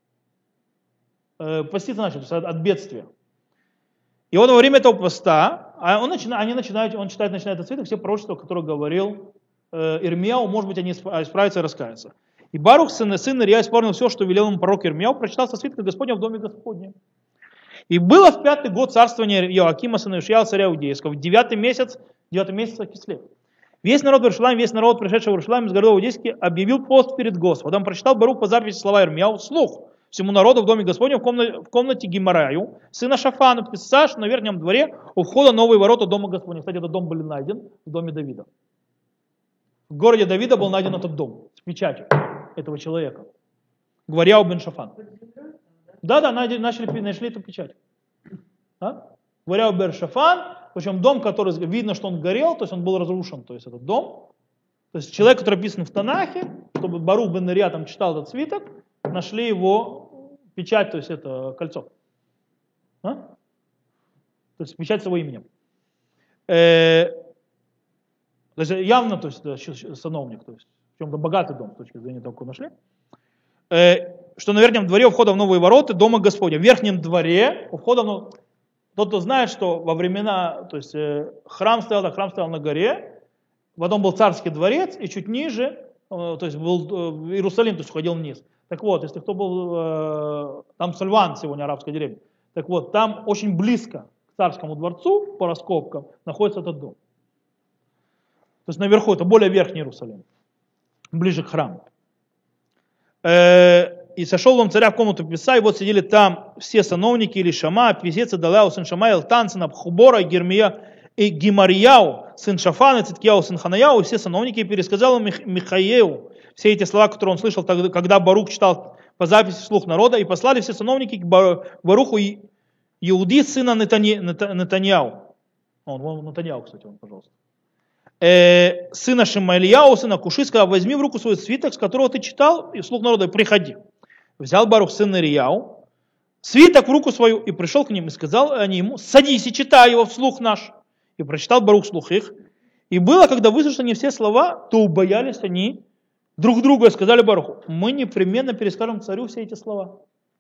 Поститься начали, то есть от бедствия. И вот во время этого поста, он читает этот свиток, все пророчества, которые говорил Ирмияу, может быть, они исправятся и раскаются. И Барух, сын Ирия, исполнил все, что велел ему пророк Ирмияу, прочитал со свитка Господня в доме Господнем. И было в 5-й год царствования Иоакима, сына Иошияу, царя Иудейского, в 9-й месяц Кислев. Весь народ в Иерусалим, весь народ, пришедший в Иерусалим из городов Иудейских, объявил пост перед Господом. Прочитал Барух по записи слова Ирмияу вслух всему народу в доме Господнем, в комнате Гемараю, сына Шафана, писаж на верхнем дворе у входа новые ворота дома Господня. Кстати, этот дом был найден в доме Давида. В городе Давида был найден этот дом с печатью этого человека. Гварьяу бен Шафан. Да, нашли эту печать. Гварьяу бен Шафан, причем дом, который видно, что он горел, то есть он был разрушен, то есть этот дом. То есть человек, который описан в Танахе, чтобы Барух бен Нерия там читал этот свиток, нашли его печать, то есть это кольцо. То есть печать с его именем. То есть явно, то есть сановник, то есть в чем-то богатый дом, с точки зрения того, как нашли. Что на верхнем дворе у входа в новые ворота дома Господня. В верхнем дворе у входа в тот, кто знает, что во времена, то есть храм стоял на горе, потом был царский дворец, и чуть ниже, то есть был Иерусалим, то есть уходил вниз. Так вот, если кто был, там Сальван сегодня, арабская деревня, так вот, там очень близко к царскому дворцу, по раскопкам, находится этот дом. То есть наверху, это более верхний Иерусалим, ближе к храму. И сошел он царя в комнату писца, и вот сидели там все сановники, или Шама, писец Адаляу, сын Шама, Илтан, сын Абхубора, Гермия, и Гемарияу, сын Шафана, Циткияу, сын Ханаяу, и все сановники, пересказал Михаеу все эти слова, которые он слышал, когда Барух читал по записи вслух народа, и послали все сановники к Баруху Иуди, сына Нетаньяу. Нетаньяу, кстати, пожалуйста. Сына Шимаильяу, сына Куши, сказал, возьми в руку свой свиток, с которого ты читал, и вслух народа, и приходи. Взял Барух, сын Нерияу, свиток в руку свою, и пришел к ним, и сказал они ему, садись и читай его вслух наш. И прочитал Барух вслух их. И было, когда выслушали они все слова, то убоялись они друг друга, и сказали Баруху, мы непременно перескажем царю все эти слова.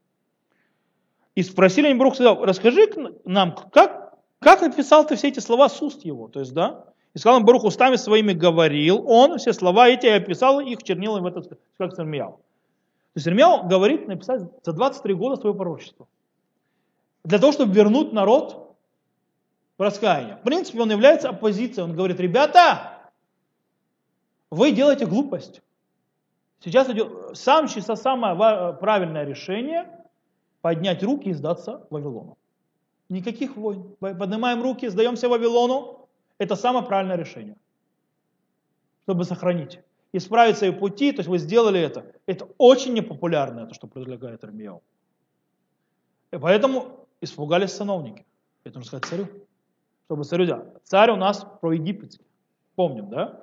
И спросили они Барух, сказал, расскажи нам, как написал ты все эти слова с уст его, то есть, да? И сказал он Барух, устами своими говорил он все слова эти, и описал их чернилами в этот, как Ирмияу. То есть Ирмияу говорит написать за 23 года свое пророчество. Для того, чтобы вернуть народ в раскаяние. В принципе, он является оппозицией. Он говорит, ребята, вы делаете глупость. Сейчас идет самое правильное решение поднять руки и сдаться Вавилону. Никаких войн. Поднимаем руки, сдаемся Вавилону. Это самое правильное решение, чтобы сохранить. Исправить свои пути, то есть вы сделали это. Это очень непопулярно, то, что предлагает Ирмияу. И поэтому испугались сановники. Это нужно сказать царю. Чтобы царю делать. Царь у нас проегипетский. Помним, да?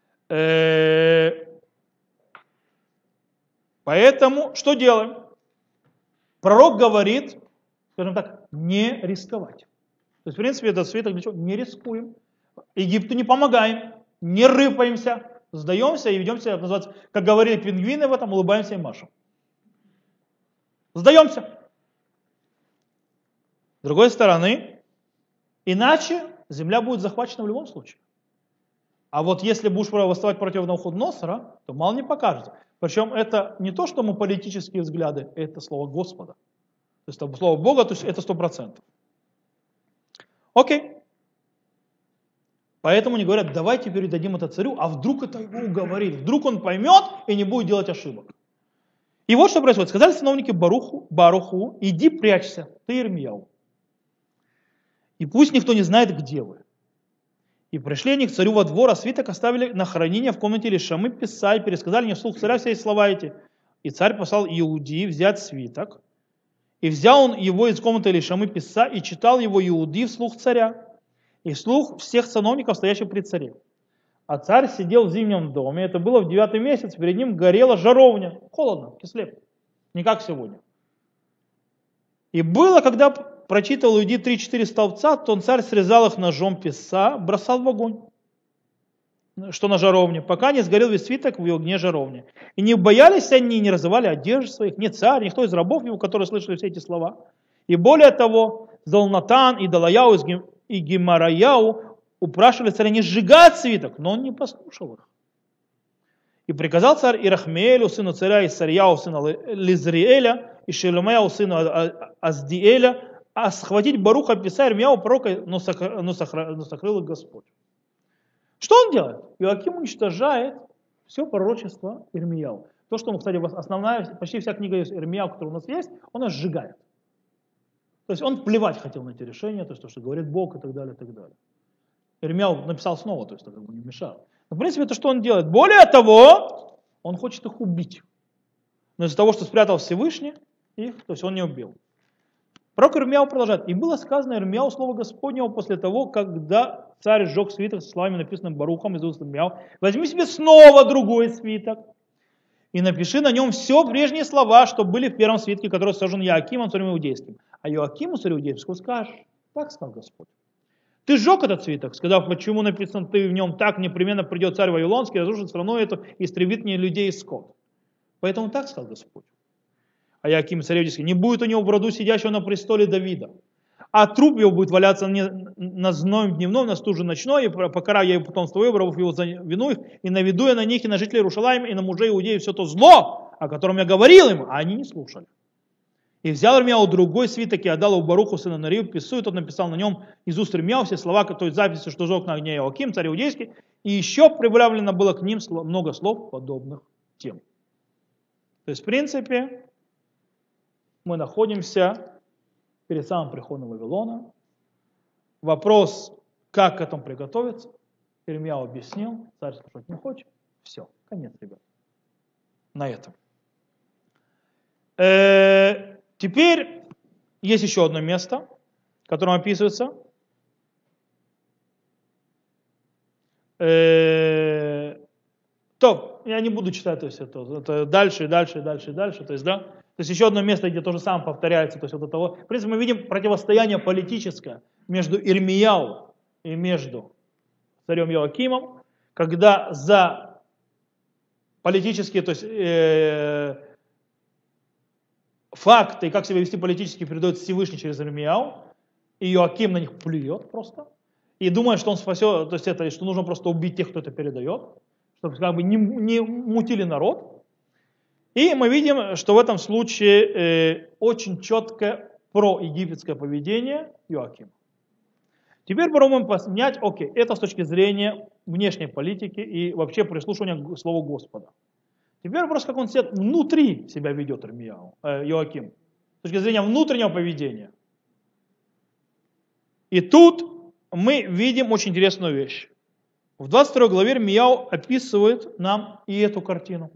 Поэтому что делаем? Пророк говорит, скажем так, не рисковать. То есть, в принципе, этот свиток для чего? Не рискуем. Египту не помогаем, не рыпаемся, Сдаемся и ведем себя, называется, как говорили пингвины в этом, улыбаемся и машем. Сдаемся. С другой стороны, иначе земля будет захвачена в любом случае. А вот если будешь восставать против Навуходоносора, то мало не покажется. Причем это не то, что мы политические взгляды, это слово Господа. То есть слово Бога, то есть это 100%. Окей. Поэтому они говорят, давайте передадим это царю, а вдруг это его уговорит, вдруг он поймет и не будет делать ошибок. И вот что происходит. Сказали сановники Баруху, иди прячься, ты Ирмияу. И пусть никто не знает, где вы. И пришли они к царю во двор, а свиток оставили на хранение в комнате Элишамы писать, пересказали мне вслух царя все эти слова эти. И царь послал Иудии взять свиток. И взял он его из комнаты Элишамы писа и читал его Иудии вслух царя. И вслух всех сановников, стоящих при царе. А царь сидел в зимнем доме, это было в 9 месяц, перед ним горела жаровня. Холодно, кислеп. Не как сегодня. И было, когда прочитал Иудей 3-4 столбца, то царь срезал их ножом писа, бросал в огонь, что на жаровне, пока не сгорел весь свиток в огне жаровни. И не боялись они, не разрывали одежд своих, ни царь, никто из рабов его, которые слышали все эти слова. И более того, Залнатан и Далаяу и Гемараяу упрашивали царя не сжигать свиток, но он не послушал их. И приказал царь Ирахмеэлю, сыну царя Исарьяу, сына Лизриэля, и Шелемеяу, сыну Аздиэля, схватить Баруха, писа Ирмияу, пророка, но сокрыл их Господь. Что он делает? Иоаким уничтожает все пророчество Ирмияу. То, что, кстати, основная, почти вся книга Ирмияу, которая у нас есть, он нас сжигает. То есть он плевать хотел на эти решения, то есть то, что говорит Бог и так далее, и так далее. Ирмияу написал снова, то есть это не мешало. Но в принципе это что он делает? Более того, он хочет их убить. Но из-за того, что спрятал Всевышний их, то есть он не убил. Пророк Ирмияу продолжает. И было сказано Ирмияу слово Господнего после того, когда царь сжег свиток со словами, написанным Барухом из уст Ирмияу. Возьми себе снова другой свиток и напиши на нем все прежние слова, что были в первом свитке, который сожжен Иоакимом, царем иудейским. А Иоакиму, царю иудейскому, скажешь, так сказал Господь. Ты сжег этот свиток, сказав, почему написано ты в нем так, непременно придет царь Вавилонский, разрушит страну эту, истребит не людей и скот. Поэтому так сказал Господь. А Иоаким, царь иудейский, не будет у него в роду сидящего на престоле Давида, а труп его будет валяться на зной дневном, на стуже ночной, и покараю я и потомство его, рабов его за вину их, и наведу я на них и на жителей Иерушалаима, и на мужей иудеев все то зло, о котором я говорил им, а они не слушали. И взял Ирмияу другой свиток и отдал его Баруху, сына Нарию, пису, и тот написал на нем из уст Ирмияу все слова, то есть записи, что сжег на огне Иоаким, царь иудейский, и еще прибавлено было к ним много слов, подобных тем. То есть, в принципе, мы находимся перед самым приходом Вавилона. Вопрос, как к этому приготовиться, Ирмияу объяснил, царь слушать не хочет. Все, конец, ребят. На этом. Теперь есть еще одно место, в котором описывается то, я не буду читать, то есть это дальше, дальше, дальше, дальше, то есть, да, то есть еще одно место, где то же самое повторяется, то есть вот того. В принципе, мы видим противостояние политическое между Ирмияу и между царем Иоакимом, когда за политические, то есть факты и как себя вести политически передает Всевышний через Ирмияу, и Иоаким на них плюет просто, и думает, что он спасет, то есть это, что нужно просто убить тех, кто это передает, чтобы как бы не мутили народ. И мы видим, что в этом случае очень четкое проегипетское поведение Иоакима. Теперь попробуем понять, окей, это с точки зрения внешней политики и вообще прислушивания к слову Господа. Теперь вопрос, как он внутри себя ведет Иоаким, с точки зрения внутреннего поведения. И тут мы видим очень интересную вещь. В 22 главе Ирмияу описывает нам и эту картину.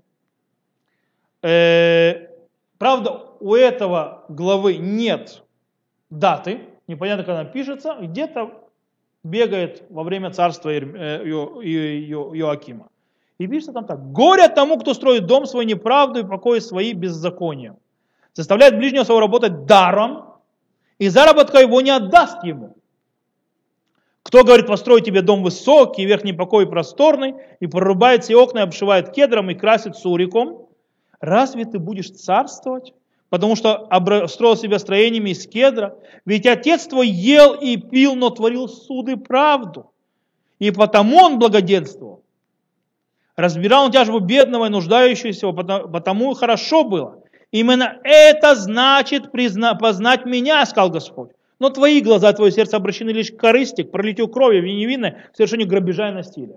Правда, у этого главы нет даты, непонятно, когда она пишется, где-то бегает во время царства Иоакима. И пишется там так: «Горе тому, кто строит дом свой неправду и покои свои беззаконием, заставляет ближнего своего работать даром, и заработка его не отдаст ему. Кто говорит, построй тебе дом высокий, верхний покой просторный, и прорубает все окна, и обшивает кедром, и красит суриком? Разве ты будешь царствовать? Потому что строил себя строениями из кедра. Ведь отец твой ел и пил, но творил суд и правду. И потому он благоденствовал. Разбирал он тяжбу бедного и нуждающегося, потому и хорошо было. Именно это значит познать меня, сказал Господь. Но твои глаза, твое сердце обращены лишь к корысти, к пролитию крови, в невинной, к совершению грабежа и насилия.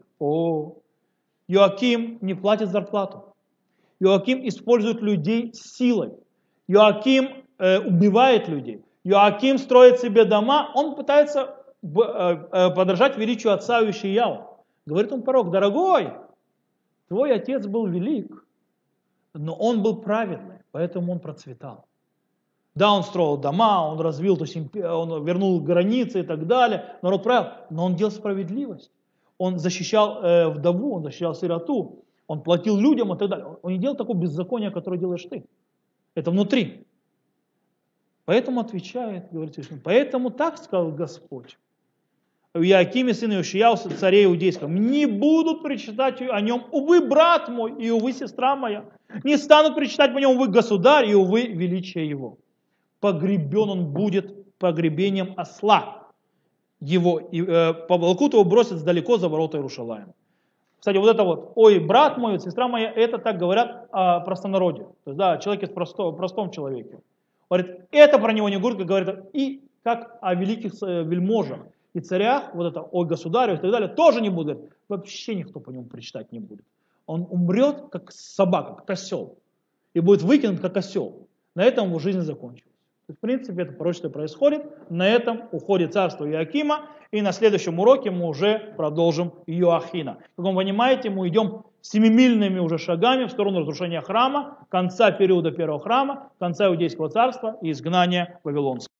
Иоаким не платит зарплату. Иоаким использует людей силой. Иоаким убивает людей. Иоаким строит себе дома. Он пытается подражать величию отца Иошияу. Говорит он пророк: дорогой, твой отец был велик, но он был праведный, поэтому он процветал. Да, он строил дома, он развил, то есть он вернул границы и так далее, народ правил, но он делал справедливость. Он защищал вдову, он защищал сироту, он платил людям и так далее. Он не делал такого беззакония, которое делаешь ты. Это внутри. Поэтому отвечает, говорит Всевышний, поэтому так сказал Господь. Иоакиме, сын Иошияу, царя иудейского, не будут причитать о нем, увы, брат мой, и увы, сестра моя. Не станут причитать по нему, увы, государь, и увы, величие его. Погребен он будет погребением осла. Его, по волку его бросят далеко за ворота Иерушалаима. Кстати, вот это вот, ой, брат мой, сестра моя, это так говорят о простонародье. То есть, да, о человеке, простом человеке. Говорит, это про него не говорит, как говорят, и как о великих вельможах и царях, вот это, ой, государю и так далее, тоже не будет. Вообще никто по нему прочитать не будет. Он умрет, как собака, как осел. И будет выкинут, как осел. На этом его жизнь закончилась. В принципе, это пророчество происходит. На этом уходит царство Иоакима. И на следующем уроке мы уже продолжим Иоахина. Как вы понимаете, мы идем семимильными уже шагами в сторону разрушения храма, конца периода первого храма, конца Иудейского царства и изгнания Вавилонского.